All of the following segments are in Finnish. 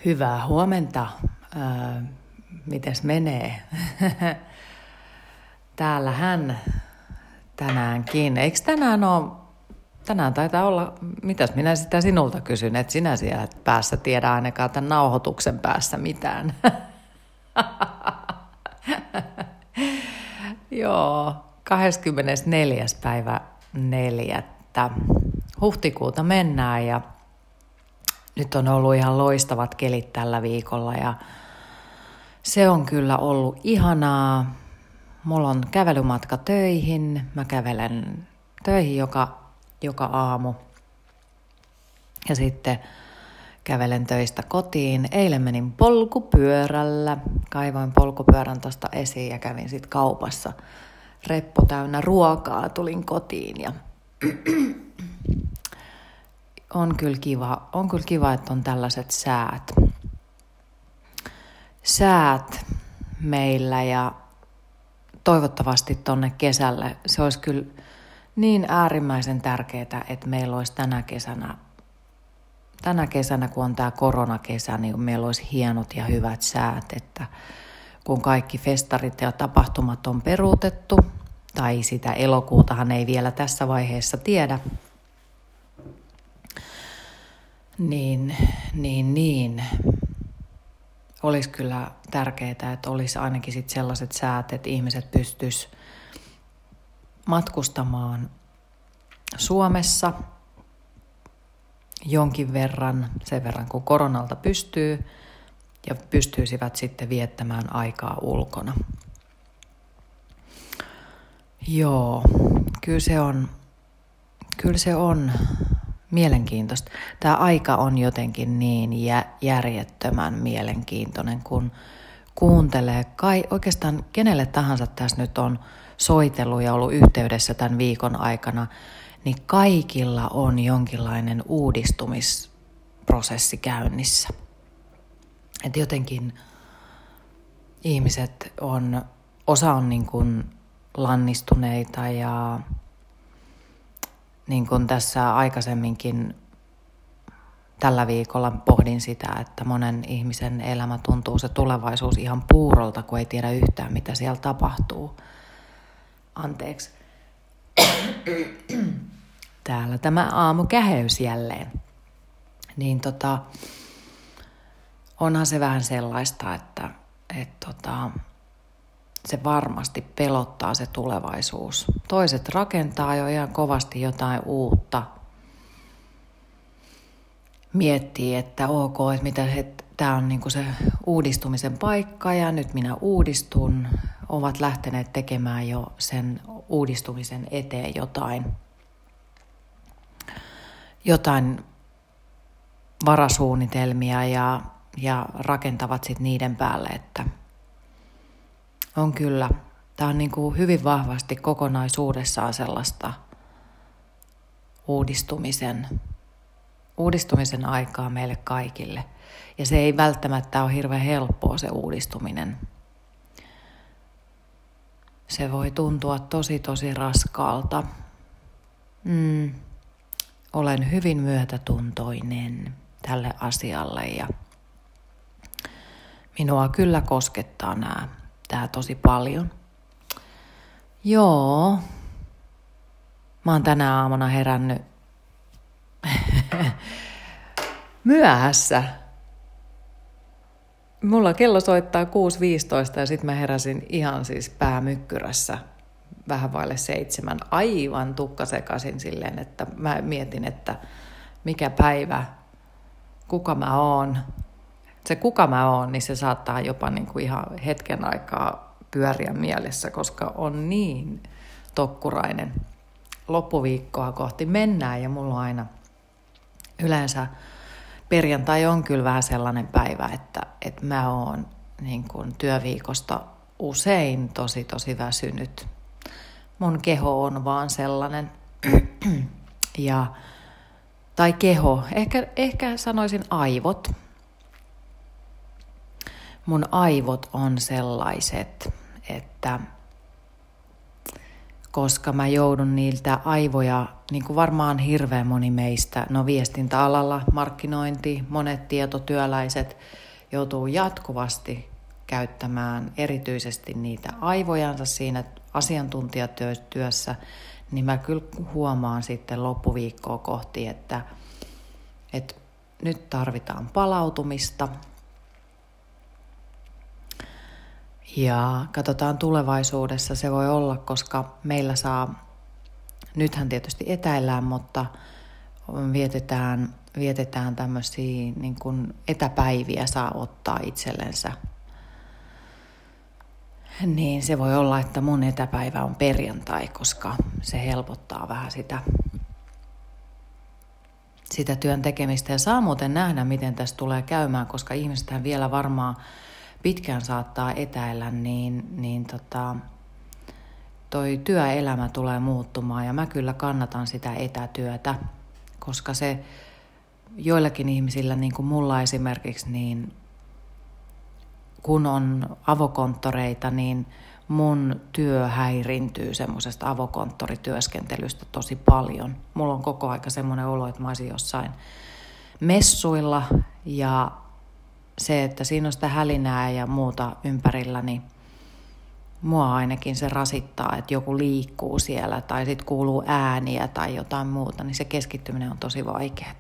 Hyvää huomenta. Mites menee? Täällä hän tänäänkin. Eikö tänään ole? Tänään taitaa olla, mitäs minä sitä sinulta kysyn, että sinä siellä päässä tiedä ainakaan tämän nauhoituksen päässä mitään. Joo, 24. päivä 4. huhtikuuta mennään ja nyt on ollut ihan loistavat kelit tällä viikolla ja se on kyllä ollut ihanaa. Mulla on kävelymatka töihin. Mä kävelen töihin joka aamu ja sitten kävelen töistä kotiin. Eilen menin polkupyörällä. Kaivoin polkupyörän tuosta esiin ja kävin sitten kaupassa. Reppu täynnä ruokaa, tulin kotiin ja on kyllä kiva, että on tällaiset säät meillä ja toivottavasti tonne kesälle. Se olisi kyllä niin äärimmäisen tärkeää, että meillä olisi tänä kesänä, kun on tämä koronakesä, niin meillä olisi hienot ja hyvät säät, että kun kaikki festarit ja tapahtumat on peruutettu, tai sitä elokuutahan ei vielä tässä vaiheessa tiedä, niin olisi kyllä tärkeää, että olisi ainakin sit sellaiset säät, että ihmiset pystyis matkustamaan Suomessa jonkin verran, sen verran kun koronalta pystyy, ja pystyisivät sitten viettämään aikaa ulkona. Joo, kyllä se on mielenkiintoista. Tämä aika on jotenkin niin järjettömän mielenkiintoinen, kun kuuntelee oikeastaan kenelle tahansa tässä nyt on soitellut ja ollut yhteydessä tämän viikon aikana, niin kaikilla on jonkinlainen uudistumisprosessi käynnissä. Että jotenkin ihmiset osa on niin kuin lannistuneita ja niin kuin tässä aikaisemminkin tällä viikolla pohdin sitä, että monen ihmisen elämä tuntuu se tulevaisuus ihan puurolta, kun ei tiedä yhtään, mitä siellä tapahtuu. Anteeksi. Täällä tämä aamukäheys jälleen. Niin onhan se vähän sellaista, että se varmasti pelottaa se tulevaisuus. Toiset rakentaa jo ihan kovasti jotain uutta. Miettii, että ok, että tämä on niinku se uudistumisen paikka ja nyt minä uudistun. Ovat lähteneet tekemään jo sen uudistumisen eteen jotain varasuunnitelmia ja rakentavat sitten niiden päälle, että on kyllä. Tämä on niin kuin hyvin vahvasti kokonaisuudessaan sellaista uudistumisen aikaa meille kaikille. Ja se ei välttämättä ole hirveän helppoa se uudistuminen. Se voi tuntua tosi raskaalta. Olen hyvin myötätuntoinen tälle asialle ja minua kyllä koskettaa tämä tosi paljon. Joo. Mä oon tänä aamuna herännyt myöhässä. Mulla kello soittaa 6.15 ja sit mä heräsin ihan siis päämykkyrässä vähän vaille 7. Aivan tukkasekaisin silleen, että mä mietin, että mikä päivä, kuka mä oon. Se kuka mä oon, niin se saattaa jopa niin kuin ihan hetken aikaa pyöriä mielessä, koska on niin tokkurainen. Loppuviikkoa kohti mennään ja mulla on aina yleensä perjantai on kyllä vähän sellainen päivä, että mä oon niin kuin työviikosta usein tosi väsynyt. Mun keho on vaan sellainen. Tai keho, ehkä sanoisin aivot. Mun aivot on sellaiset, että koska mä joudun niiltä aivoja, niin kuin varmaan hirveän moni meistä, viestintäalalla, markkinointi, monet tietotyöläiset joutuu jatkuvasti käyttämään erityisesti niitä aivojansa siinä asiantuntijatyössä, niin mä kyllä huomaan sitten loppuviikkoa kohti, että nyt tarvitaan palautumista. Ja katsotaan tulevaisuudessa, se voi olla, koska meillä nythän tietysti etäillään, mutta vietetään tämmöisiä niin kuin etäpäiviä saa ottaa itsellensä. Niin se voi olla, että mun etäpäivä on perjantai, koska se helpottaa vähän sitä työn tekemistä. Ja saa muuten nähdä, miten tässä tulee käymään, koska ihmisethän vielä varmaan pitkään saattaa etäillä, niin toi työelämä tulee muuttumaan. Ja mä kyllä kannatan sitä etätyötä, koska se joillakin ihmisillä, niin kuin mulla esimerkiksi, niin kun on avokonttoreita, niin mun työ häirintyy semmoisesta avokonttorityöskentelystä tosi paljon. Mulla on koko aika semmoinen olo, että mä olisin jossain messuilla ja se, että siinä on sitä hälinää ja muuta ympärillä, niin mua ainakin se rasittaa, että joku liikkuu siellä tai sitten kuuluu ääniä tai jotain muuta, niin se keskittyminen on tosi vaikeaa.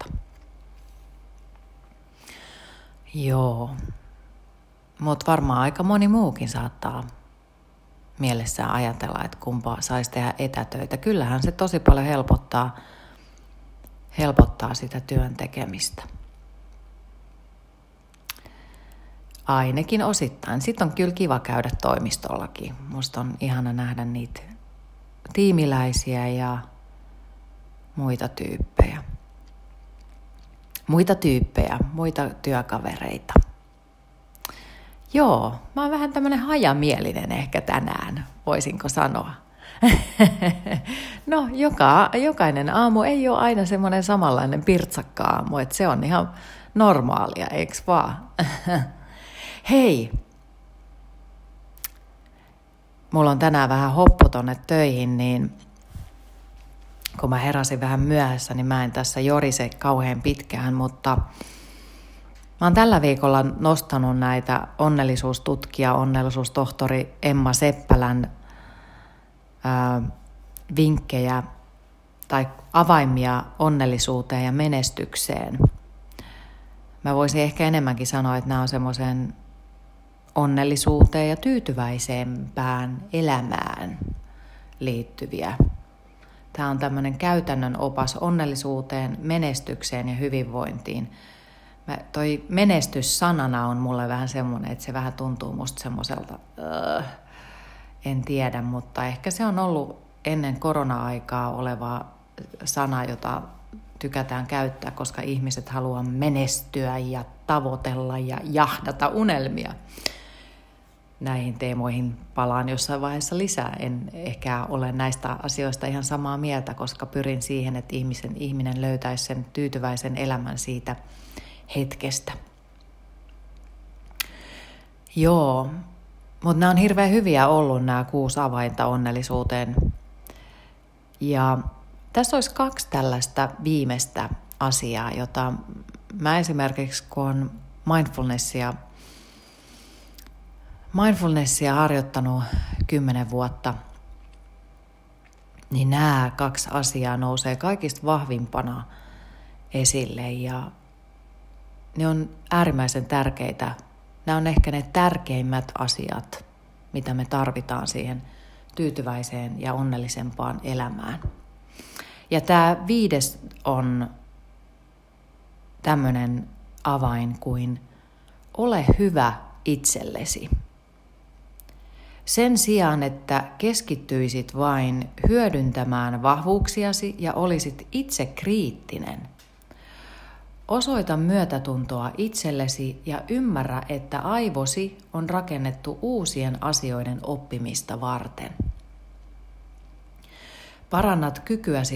Joo. Mutta varmaan aika moni muukin saattaa mielessään ajatella, että kumpa saisi tehdä etätöitä. Kyllähän se tosi paljon helpottaa sitä työn tekemistä. Ainakin osittain. Sitten on kyllä kiva käydä toimistollakin. Musta on ihana nähdä niitä tiimiläisiä ja muita työkavereita. Joo, mä oon vähän tämmönen hajamielinen ehkä tänään, voisinko sanoa. No, jokainen aamu ei ole aina semmoinen samanlainen pirtsakka-aamu, että se on ihan normaalia, eiks vaan? Hei, mulla on tänään vähän hoppu tonne töihin, niin kun mä heräsin vähän myöhässä, niin mä en tässä jorise kauhean pitkään, mutta mä oon tällä viikolla nostanut näitä onnellisuustohtori Emma Seppälän vinkkejä tai avaimia onnellisuuteen ja menestykseen. Mä voisin ehkä enemmänkin sanoa, että nämä on semmoisen onnellisuuteen ja tyytyväisempään elämään liittyviä. Tämä on tämmöinen käytännön opas onnellisuuteen, menestykseen ja hyvinvointiin. Toi menestys-sanana on mulle vähän semmoinen, että se vähän tuntuu musta semmoiselta, en tiedä, mutta ehkä se on ollut ennen korona-aikaa oleva sana, jota tykätään käyttää, koska ihmiset haluaa menestyä ja tavoitella ja jahdata unelmia. Näihin teemoihin palaan jossain vaiheessa lisää. En ehkä ole näistä asioista ihan samaa mieltä, koska pyrin siihen, että ihminen löytäisi sen tyytyväisen elämän siitä hetkestä. Joo, mutta nämä on hirveän hyviä ollut nämä 6 avainta onnellisuuteen. Ja tässä olisi 2 tällaista viimeistä asiaa, jota mä esimerkiksi kun olen mindfulnessia harjoittanut 10 vuotta, niin nämä 2 asiaa nousee kaikista vahvimpana esille ja ne on äärimmäisen tärkeitä. Nämä on ehkä ne tärkeimmät asiat, mitä me tarvitaan siihen tyytyväiseen ja onnellisempaan elämään. Ja tämä 5. on tämmöinen avain kuin ole hyvä itsellesi. Sen sijaan, että keskittyisit vain hyödyntämään vahvuuksiasi ja olisit itse kriittinen, osoita myötätuntoa itsellesi ja ymmärrä, että aivosi on rakennettu uusien asioiden oppimista varten. Parannat kykyäsi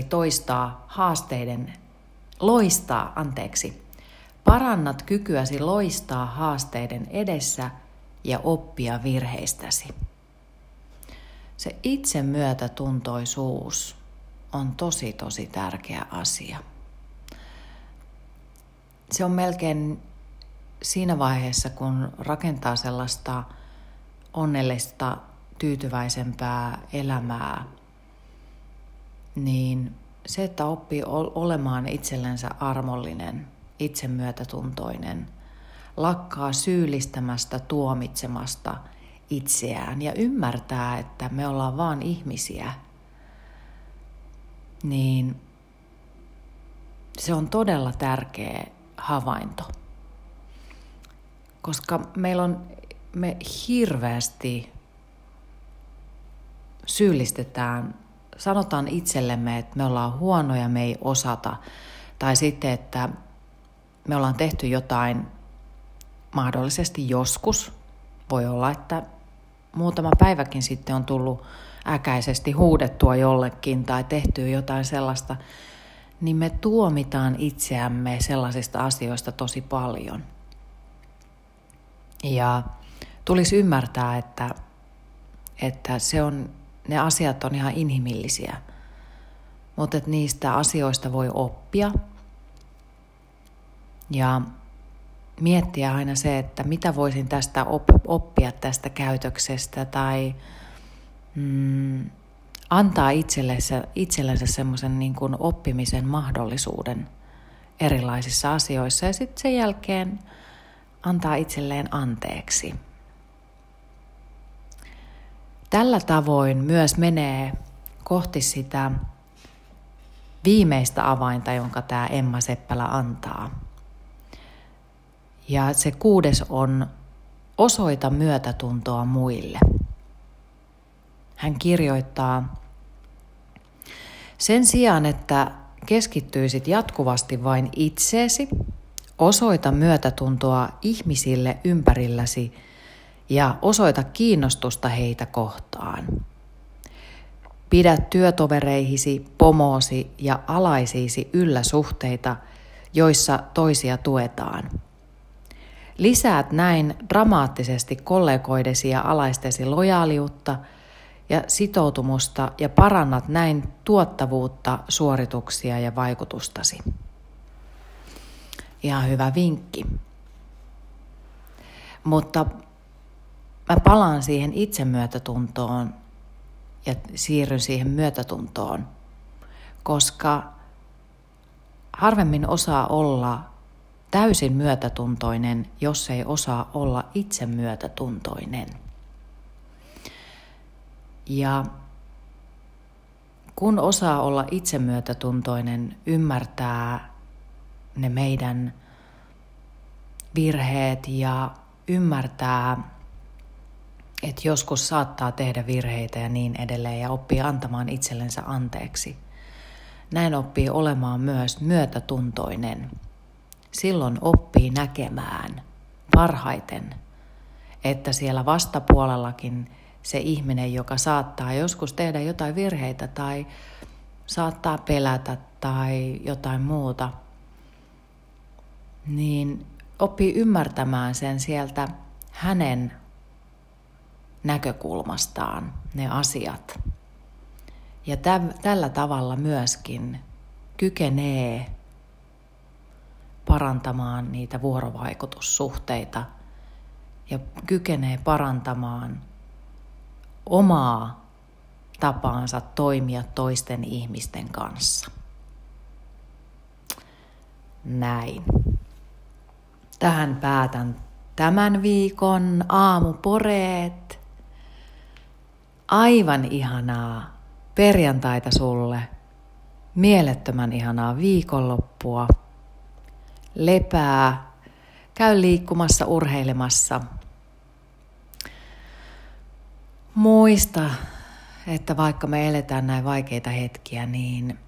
Parannat kykyäsi loistaa haasteiden edessä ja oppia virheistäsi. Se itsemyötätuntoisuus on tosi, tosi tärkeä asia. Se on melkein siinä vaiheessa, kun rakentaa sellaista onnellista, tyytyväisempää elämää, niin se, että oppii olemaan itsellensä armollinen, itsemyötätuntoinen, lakkaa syyllistämästä, tuomitsemasta itseään ja ymmärtää, että me ollaan vaan ihmisiä, niin se on todella tärkeä havainto. Koska me hirveästi syyllistetään, sanotaan itsellemme, että me ollaan huonoja, me ei osata, tai sitten, että me ollaan tehty jotain mahdollisesti joskus. Voi olla, että muutama päiväkin sitten on tullut äkäisesti huudettua jollekin tai tehtyä jotain sellaista, niin me tuomitaan itseämme sellaisista asioista tosi paljon. Ja tulisi ymmärtää, että ne asiat on ihan inhimillisiä, mutta että niistä asioista voi oppia ja miettiä aina se, että mitä voisin tästä oppia tästä käytöksestä tai antaa itsellensä semmoisen niin kuin oppimisen mahdollisuuden erilaisissa asioissa ja sitten sen jälkeen antaa itselleen anteeksi. Tällä tavoin myös menee kohti sitä viimeistä avainta, jonka tämä Emma Seppälä antaa. Ja se 6. on osoita myötätuntoa muille. Hän kirjoittaa, sen sijaan, että keskittyisit jatkuvasti vain itseesi, osoita myötätuntoa ihmisille ympärilläsi ja osoita kiinnostusta heitä kohtaan. Pidä työtovereihisi, pomoosi ja alaisiisi yllä suhteita, joissa toisia tuetaan. Lisäät näin dramaattisesti kollegoidesi ja alaistesi lojaaliutta ja sitoutumusta ja parannat näin tuottavuutta, suorituksia ja vaikutustasi. Ihan hyvä vinkki. Mutta mä palaan siihen itsemyötätuntoon ja siirryn siihen myötätuntoon, koska harvemmin osaa olla täysin myötätuntoinen, jos ei osaa olla itsemyötätuntoinen. Ja kun osaa olla itsemyötätuntoinen, ymmärtää ne meidän virheet ja ymmärtää, että joskus saattaa tehdä virheitä ja niin edelleen ja oppii antamaan itsellensä anteeksi. Näin oppii olemaan myös myötätuntoinen. Silloin oppii näkemään parhaiten, että siellä vastapuolellakin se ihminen, joka saattaa joskus tehdä jotain virheitä tai saattaa pelätä tai jotain muuta, niin oppii ymmärtämään sen sieltä hänen näkökulmastaan ne asiat. Ja tällä tavalla myöskin kykenee parantamaan niitä vuorovaikutussuhteita ja kykenee parantamaan omaa tapaansa toimia toisten ihmisten kanssa. Näin. Tähän päätän tämän viikon aamuporeet. Aivan ihanaa perjantaita sulle. Mielettömän ihanaa viikonloppua. Lepää. Käy liikkumassa, urheilemassa. Muista, että vaikka me eletään näin vaikeita hetkiä, niin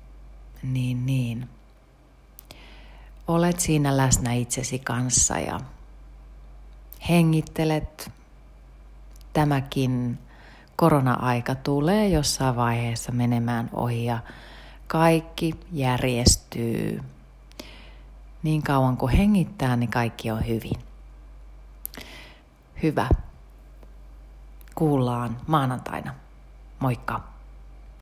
olet siinä läsnä itsesi kanssa ja hengittelet. Tämäkin korona-aika tulee jossain vaiheessa menemään ohi ja kaikki järjestyy. Niin kauan kuin hengittää, niin kaikki on hyvin. Hyvä. Kuullaan maanantaina. Moikka!